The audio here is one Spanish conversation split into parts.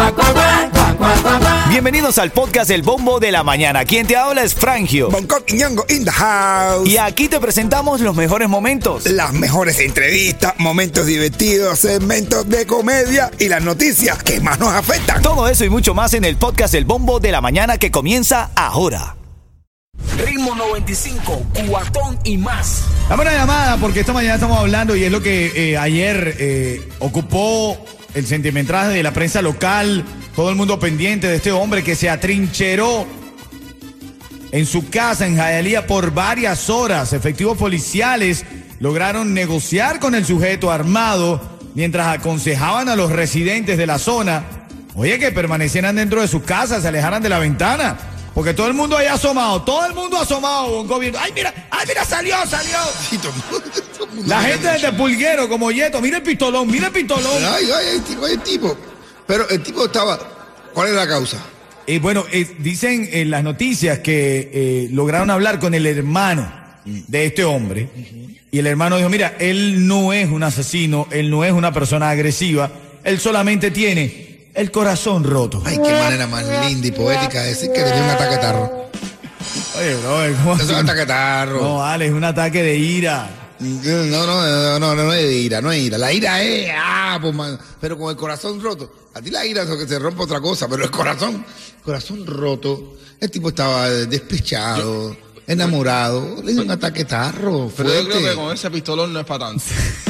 Bienvenidos al podcast El Bombo de la Mañana. Quien te habla es Frangio. Bonco y Ñongo in the house. Y aquí te presentamos los mejores momentos. Las mejores entrevistas, momentos divertidos, segmentos de comedia y las noticias que más nos afectan. Todo eso y mucho más en el podcast El Bombo de la Mañana que comienza ahora. Ritmo 95, Cubatón y más. Dame una llamada porque esta mañana estamos hablando y es lo que ayer ocupó el sentimental de la prensa local. Todo el mundo pendiente de este hombre que se atrincheró en su casa en Hialeah por varias horas. Efectivos policiales lograron negociar con el sujeto armado mientras aconsejaban a los residentes de la zona, oye, que permanecieran dentro de sus casas, se alejaran de la ventana. Porque todo el mundo ahí asomado, Bonco, viendo. ¡Ay, mira, salió! Sí, todo el mundo La gente desde Pulguero, como Yeto, mira el pistolón. Ay, el tipo. Pero el tipo estaba... ¿Cuál es la causa? Bueno, dicen en las noticias que lograron hablar con el hermano de este hombre. Y el hermano dijo, mira, él no es un asesino, él no es una persona agresiva, él solamente tiene el corazón roto. Ay, qué manera más linda y poética de decir que le dio un ataque de tarro. Oye, bro, ¿cómo Eso es un ataque de tarro. No, vale, es un ataque de ira. No es de ira, no es ira. La ira es, pues, man, pero con el corazón roto. A ti la ira es que se rompe otra cosa, pero el corazón roto. El tipo estaba despechado, enamorado, le dio un ataque de tarro. Pero yo creo que con ese pistolón no es para tanto.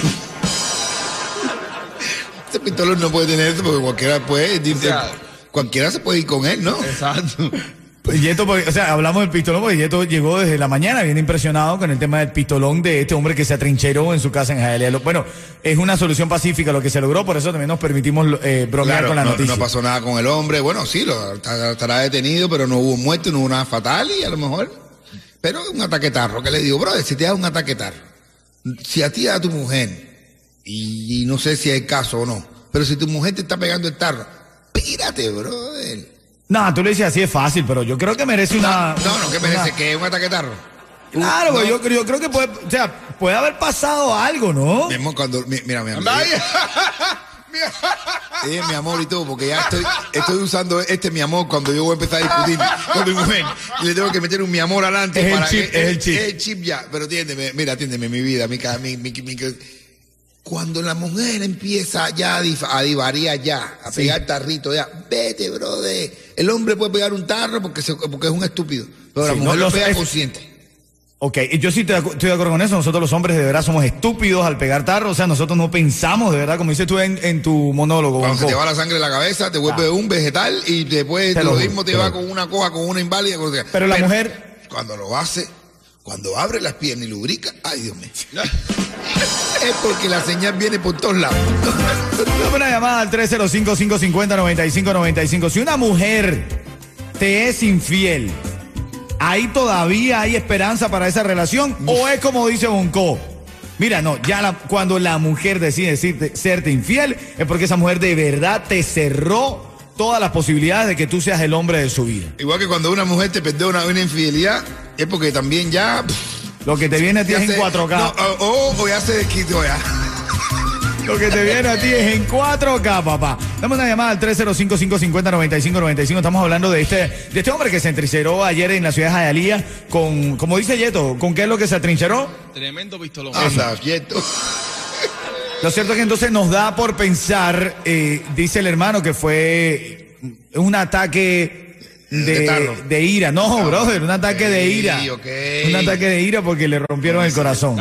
Ese pistolón no puede tener eso porque cualquiera puede, cualquiera se puede ir con él, ¿no? Exacto. Yeto, hablamos del pistolón porque Yeto llegó desde la mañana bien impresionado con el tema del pistolón de este hombre que se atrincheró en su casa en Hialeah. Bueno, es una solución pacífica lo que se logró, por eso también nos permitimos bromear con la noticia. No pasó nada con el hombre, bueno, sí, estará detenido, pero no hubo muerte, no hubo nada fatal y a lo mejor, pero un ataque tarro, que le digo, brother, si te da un ataque tarro, si a ti da tu mujer, y no sé si es el caso o no, pero si tu mujer te está pegando el tarro, pírate, brother. No, tú le dices así es fácil, pero yo creo que merece una... No, ¿qué merece? ¿Que es un ataque tarro? Claro, no. Yo creo que puede haber pasado algo, ¿no? Mi amor, mira, mi amor. Mi amor y todo, porque ya estoy usando mi amor cuando yo voy a empezar a discutir con mi mujer. Y le tengo que meter un mi amor adelante. Es el chip. Es el chip ya. Pero atiéndeme, mi vida, cuando la mujer empieza ya a divariar ya, a pegar tarrito ya, vete, brother. El hombre puede pegar un tarro porque es un estúpido. Pero la mujer lo pega consciente. Ok, yo sí estoy de acuerdo con eso. Nosotros los hombres de verdad somos estúpidos al pegar tarro. O sea, nosotros no pensamos de verdad, como dices tú en tu monólogo. Cuando se te va la sangre en la cabeza, te vuelve un vegetal y después lo mismo te va con una coja, con una inválida. Pero la mujer... Cuando lo hace, cuando abre las piernas y lubrica, ay Dios mío. Es porque la señal viene por todos lados. Dame una llamada al 305-550-9595. Si una mujer te es infiel, ¿ahí todavía hay esperanza para esa relación? ¿O es como dice Bonco? Mira, no, cuando la mujer decide serte infiel, es porque esa mujer de verdad te cerró todas las posibilidades de que tú seas el hombre de su vida. Igual que cuando una mujer te perdona una infidelidad, es porque también ya... Lo que te viene a ti es en 4K. No, o ya se desquitó ya. Lo que te viene a ti es en 4K, papá. Dame una llamada al 305-550-9595. Estamos hablando de este hombre que se atrincheró ayer en la ciudad de Hialeah con, como dice Yeto, ¿con qué es lo que se atrincheró? Tremendo pistolón. Anda, Yeto. Lo cierto es que entonces nos da por pensar, dice el hermano, que fue un ataque de ira. No, brother, un ataque de ira. Okay. Un ataque de ira porque le rompieron el corazón.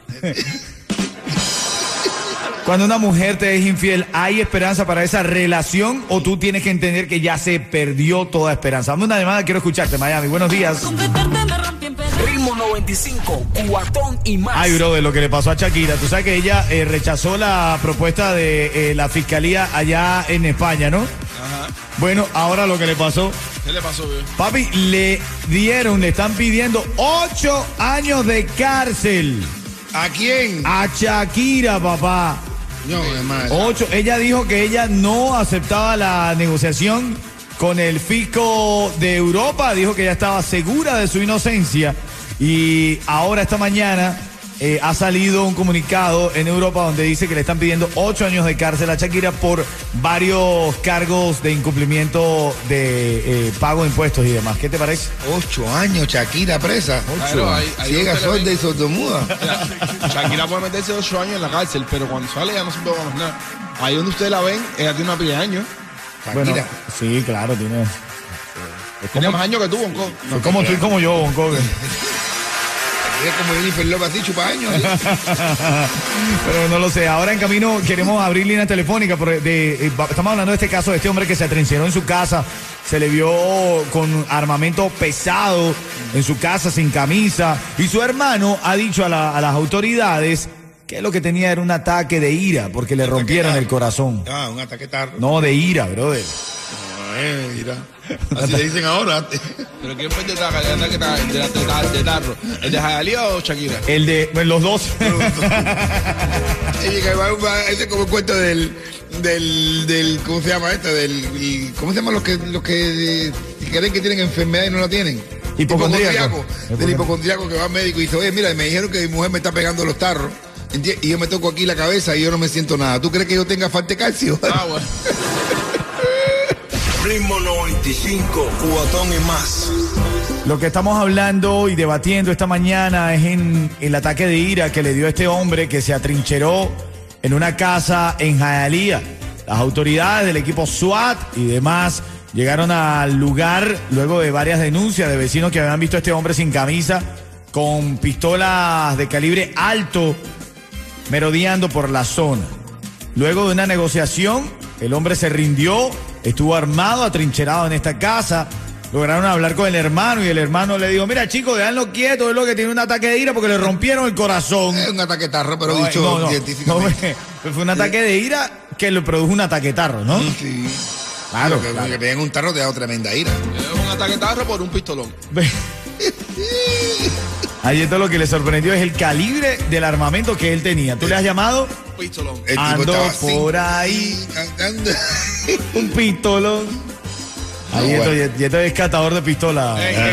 Cuando una mujer te es infiel, ¿hay esperanza para esa relación o tú tienes que entender que ya se perdió toda esperanza? Dame una llamada, quiero escucharte, Miami. Buenos días. Ritmo 95, Cubatón y más. Ay, bro, de lo que le pasó a Shakira. Tú sabes que ella rechazó la propuesta de la fiscalía allá en España, ¿no? Ajá. Bueno, ahora lo que le pasó. ¿Qué le pasó, bebé? Papi, le están pidiendo 8 años de cárcel. ¿A quién? A Shakira, papá. No, hermano. 8. Ella dijo que ella no aceptaba la negociación con el fisco de Europa. Dijo que ella estaba segura de su inocencia. Y ahora esta mañana ha salido un comunicado en Europa donde dice que le están pidiendo 8 años de cárcel a Shakira por varios cargos de incumplimiento de pago de impuestos y demás. ¿Qué te parece? 8 años, Shakira presa. Claro, ahí Ciega, usted le sorda ve. y sordomuda. Mira, Shakira puede meterse 8 años en la cárcel, pero cuando sale ya no se puede más nada. Ahí donde ustedes la ven, ella tiene una pila de años. Bueno, Shakira. sí, claro, tiene. Tiene más años que tú, Bonco. Es como tú y como yo, Bonco. Es como Jennifer López, así chupa años. ¿Sí? Pero no lo sé. Ahora en camino queremos abrir línea telefónica. Estamos hablando de este caso de este hombre que se atrincheró en su casa. Se le vio con armamento pesado en su casa, sin camisa. Y su hermano ha dicho a las autoridades que lo que tenía era un ataque de ira porque le rompieron el corazón. Ah, un ataque tarro. No, de ira, brother. Mira. Así le dicen ahora. Pero ¿quién fue el de tarro? ¿El de Jayalía o Shakira? El de los dos. Ese es como el cuento del ¿cómo se llama esto? ¿Cómo se llaman los que creen que tienen enfermedad y no la tienen? Hipocondríaco. Del hipocondriaco que va al médico y dice, oye, mira, me dijeron que mi mujer me está pegando los tarros. Y yo me toco aquí la cabeza y yo no me siento nada. ¿Tú crees que yo tenga falta de calcio? Ah, bueno. Ritmo 95, cuatón y más. Lo que estamos hablando y debatiendo esta mañana es en el ataque de ira que le dio este hombre que se atrincheró en una casa en Hialeah. Las autoridades del equipo SWAT y demás llegaron al lugar luego de varias denuncias de vecinos que habían visto a este hombre sin camisa, con pistolas de calibre alto, merodeando por la zona. Luego de una negociación, el hombre se rindió, estuvo armado, atrincherado en esta casa. Lograron hablar con el hermano y el hermano le dijo, mira chicos, déjanlo quieto, es lo que tiene un ataque de ira porque le rompieron el corazón. Es un ataque tarro, pero No, dicho no, científicamente. fue un ataque de ira que le produjo un ataque tarro, ¿no? Sí. Claro, Que claro. te peguen un tarro te da tremenda ira. Es un ataque tarro por un pistolón. Ahí esto lo que le sorprendió es el calibre del armamento que él tenía. ¿Tú le has llamado? Pistolón. El tipo Ando estaba así, por ahí. ando. Un pistolón. Ahí bueno. esto es catador de pistola.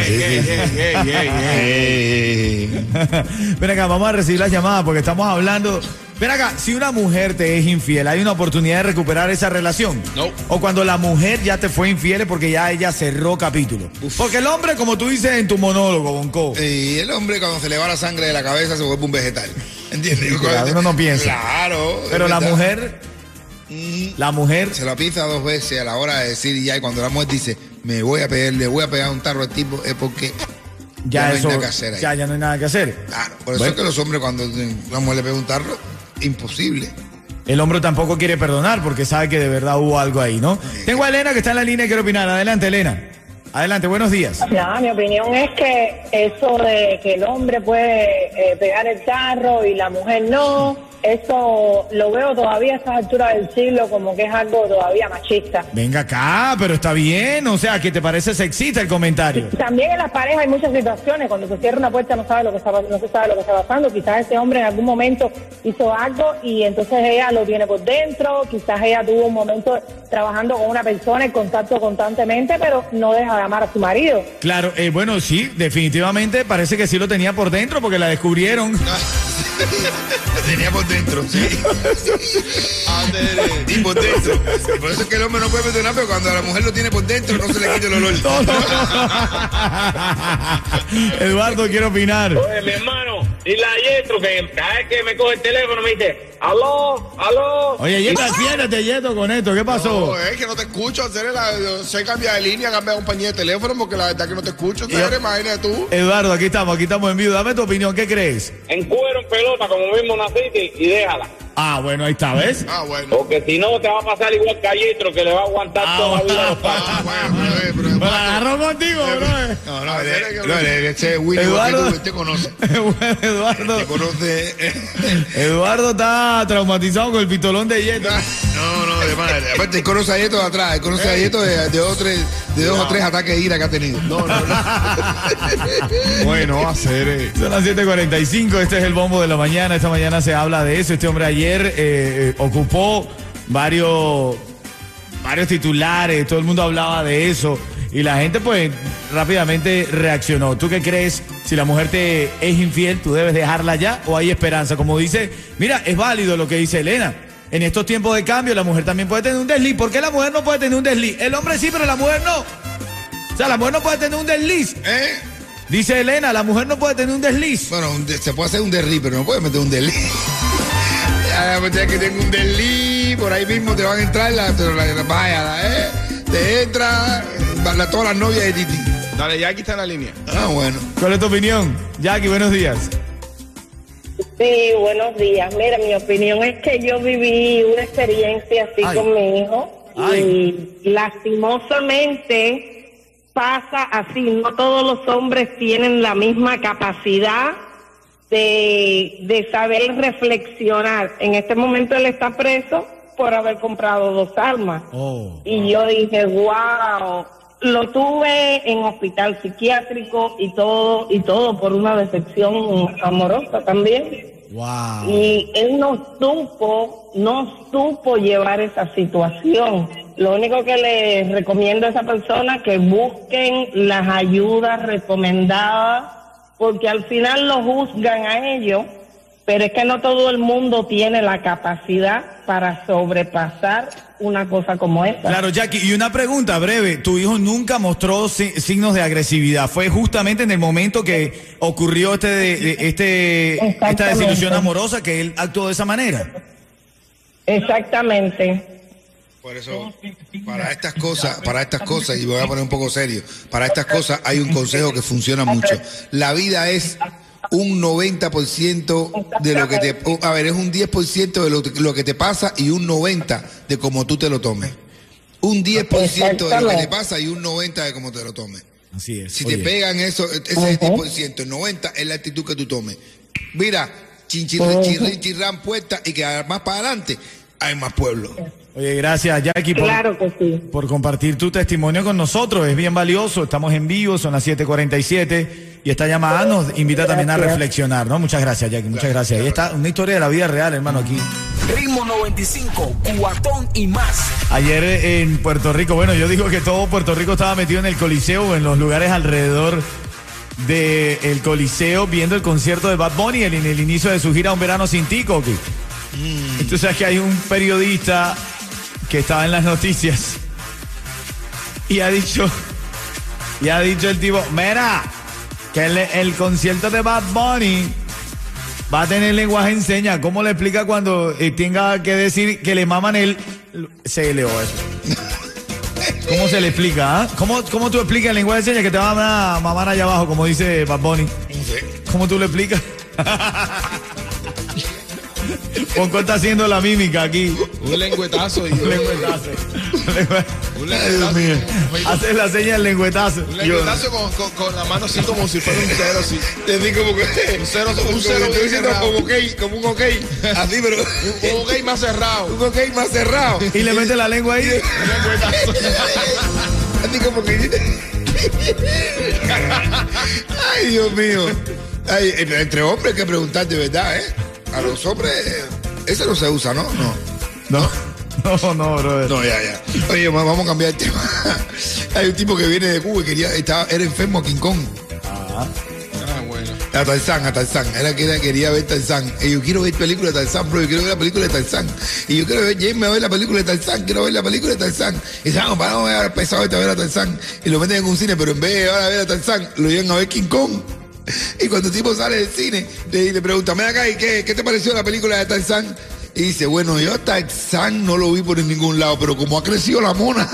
Ven acá, vamos a recibir las llamadas porque estamos hablando. Ven acá, si una mujer te es infiel, ¿hay una oportunidad de recuperar esa relación? No. O cuando la mujer ya te fue infiel es porque ya ella cerró capítulo. Porque el hombre, como tú dices en tu monólogo, Bonco. Y el hombre cuando se le va la sangre de la cabeza se vuelve un vegetal. ¿Entiendes? Claro, uno no piensa. Claro. Pero es la verdad. mujer, Se la pisa 2 veces a la hora de decir ya, y cuando la mujer dice, le voy a pegar un tarro al tipo, es porque ya no hay eso, nada que hacer ahí. ya no hay nada que hacer. Claro, por eso Bueno. es que los hombres cuando la mujer le pega un tarro, imposible. El hombre tampoco quiere perdonar porque sabe que de verdad hubo algo ahí, ¿no? Tengo a Elena que está en la línea y quiere opinar. Adelante, Elena. Adelante, buenos días. Nada, mi opinión es que eso de que el hombre puede pegar el tarro y la mujer no, eso lo veo todavía a estas alturas del siglo como que es algo todavía machista. Venga acá, pero está bien, o sea, ¿qué te parece sexista el comentario? También en las parejas hay muchas situaciones, cuando se cierra una puerta no se sabe lo que está pasando, quizás ese hombre en algún momento hizo algo y entonces ella lo tiene por dentro, quizás ella tuvo un momento trabajando con una persona en contacto constantemente, pero no deja de amar a su marido. Claro, bueno, sí, definitivamente parece que sí lo tenía por dentro porque la descubrieron. La tenía por dentro, sí. Y por dentro. Por eso es que el hombre no puede perdonar, pero cuando la mujer lo tiene por dentro no se le quita el olor. Eduardo, quiero opinar. Oye, mi hermano, y la Yetro, que cada vez que me coge el teléfono me dice, aló, aló. Oye, Yeto, siéntate, Yeto, con esto, ¿qué pasó? No, es que no te escucho. Se cambia de línea, cambia de compañía de teléfono porque la verdad que no te escucho. Yo- Imagínate tú. Eduardo, aquí estamos en vivo. Dame tu opinión, ¿qué crees? En cuero, en pelota, como mismo naciste y déjala. Ah, bueno, ahí está, ¿ves? Ah, bueno. Porque si no te va a pasar igual que a Yetro, que le va a aguantar toda la vida a los padres. Ah, bueno, Me la agarró contigo, bro. No, ese es Willy Eduardo. que te conoce. Eduardo, Te conoce. Eduardo está traumatizado con el pistolón de Yeto. No, de madre. Aparte, él conoce a Yeto de atrás, él conoce a Yeto de dos o tres ataques de ira que ha tenido. No. Bueno, va a ser. Son las 7:45, este es el bombo de la mañana. Esta mañana se habla de eso. Este hombre ayer ocupó varios titulares, todo el mundo hablaba de eso. Y la gente pues rápidamente reaccionó. ¿Tú qué crees? Si la mujer te es infiel, ¿tú debes dejarla ya o hay esperanza? Como dice, mira, es válido lo que dice Elena. En estos tiempos de cambio la mujer también puede tener un desliz. ¿Por qué la mujer no puede tener un desliz? El hombre sí, pero la mujer no. O sea, la mujer no puede tener un desliz. Dice Elena, la mujer no puede tener un desliz. Bueno, se puede hacer un desliz, pero no puede meter un desliz. Ya, que tengo un desliz, por ahí mismo te van a entrar te entra todas las novias de Titi. Dale, Jackie está en la línea. Bueno. ¿Cuál es tu opinión? Jackie, buenos días. Sí, buenos días. Mira, mi opinión es que yo viví una experiencia así con mi hijo y lastimosamente pasa así. No todos los hombres tienen la misma capacidad de saber reflexionar. En este momento él está preso por haber comprado 2 armas. Y yo dije, wow, lo tuve en hospital psiquiátrico y todo por una decepción amorosa también. Wow. Y él no supo llevar esa situación. Lo único que le recomiendo a esa persona que busquen las ayudas recomendadas, porque al final lo juzgan a ellos, pero es que no todo el mundo tiene la capacidad para sobrepasar una cosa como esa. Claro, Jackie, y una pregunta breve. Tu hijo nunca mostró signos de agresividad. Fue justamente en el momento que ocurrió esta desilusión amorosa que él actuó de esa manera. Exactamente. Por eso, para estas cosas, y voy a poner un poco serio, para estas cosas hay un consejo que funciona mucho. La vida es un 90% de lo que es un 10% de lo que te pasa y un 90% de cómo tú te lo tomes. Un 10% de lo que te pasa y un 90% de cómo te lo tomes. Así es. Si te pegan ese 10%, el 90% es la actitud que tú tomes. Mira, chirrán puesta y que más para adelante hay más pueblo. Oye, gracias, Jackie, Claro que sí. por compartir tu testimonio con nosotros. Es bien valioso. Estamos en vivo, son las 7:47 y esta llamada nos invita también a reflexionar, ¿no? Muchas gracias, Jackie, muchas gracias. Ahí está una historia de la vida real, hermano, aquí. Ritmo 95, Cubatón y más. Ayer en Puerto Rico, bueno, yo digo que todo Puerto Rico estaba metido en el Coliseo o en los lugares alrededor del Coliseo viendo el concierto de Bad Bunny en el inicio de su gira Un Verano Sin Ti, Coqui. Entonces, sabes que hay un periodista que estaba en las noticias y ha dicho el tipo, mira, que el concierto de Bad Bunny va a tener lenguaje en señas. ¿Cómo le explica cuando tenga que decir que le maman el CLO eso? ¿Cómo se le explica? ¿Ah? ¿Cómo tú explicas el lenguaje de señas que te van a mamar allá abajo, como dice Bad Bunny? ¿Cómo tú le explicas? Ponco está haciendo la mímica aquí. Un lengüetazo. Un lengüetazo. Hace la seña del lengüetazo. Un lengüetazo con la mano así como si fuera un cero, sí. Te digo como que un cero bien cerrado. Como un ok. Así, pero un ok más cerrado. Un ok más cerrado. Y le mete la lengua ahí. Un lengüetazo. Así como que. Ay, Dios mío. Ay, entre hombres hay que preguntar de verdad, ¿eh? A los hombres, ese no se usa, ¿no? No, brother. No, ya. Oye, vamos a cambiar el tema. Hay un tipo que viene de Cuba y era enfermo a King Kong. Bueno. A Tarzán. Quería ver Tarzán. Y yo quiero ver película de Tarzán, bro. Yo quiero ver la película de Tarzán. Y yo quiero ver, James, a ver la película de Tarzán. Quiero ver la película de Tarzán. Y dice, vamos a ver pesado a ver a Tarzán. Y lo meten en un cine, pero en vez de ahora ver a Tarzán, lo llevan a ver King Kong. Y cuando el tipo sale del cine, le pregunta, ven acá, ¿y qué te pareció la película de Tarzán? Y dice, bueno, yo a Tarzán no lo vi por ningún lado, pero como ha crecido la mona.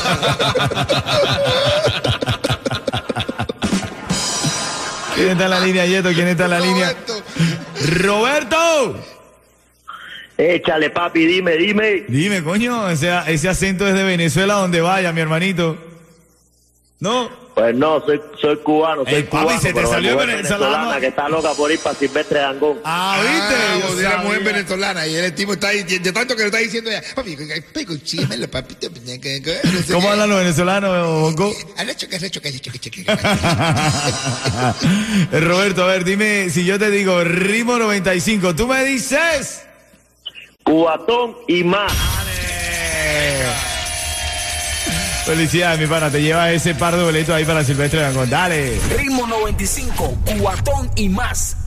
¿Quién está en la línea, Yeto? ¿Quién está en la línea? ¡Roberto! Échale, papi, dime. Dime, coño, ese acento es de Venezuela donde vaya, mi hermanito. ¿No? Pues no, soy cubano, papi, se te pero salió mujer venezolana que está loca por ir para Silvestre Dangond. ¿Viste? De la mujer venezolana. Y el tipo está ahí, de tanto que lo está diciendo ya, papi, papito. ¿Cómo hablan los venezolanos, Bonco? Roberto, a ver, dime, si yo te digo Ritmo 95, tú me dices Cubatón y más. Felicidades, mi pana. Te llevas ese par de boletos ahí para Silvestre Dangond. Dale. Ritmo 95, Cubatón y más.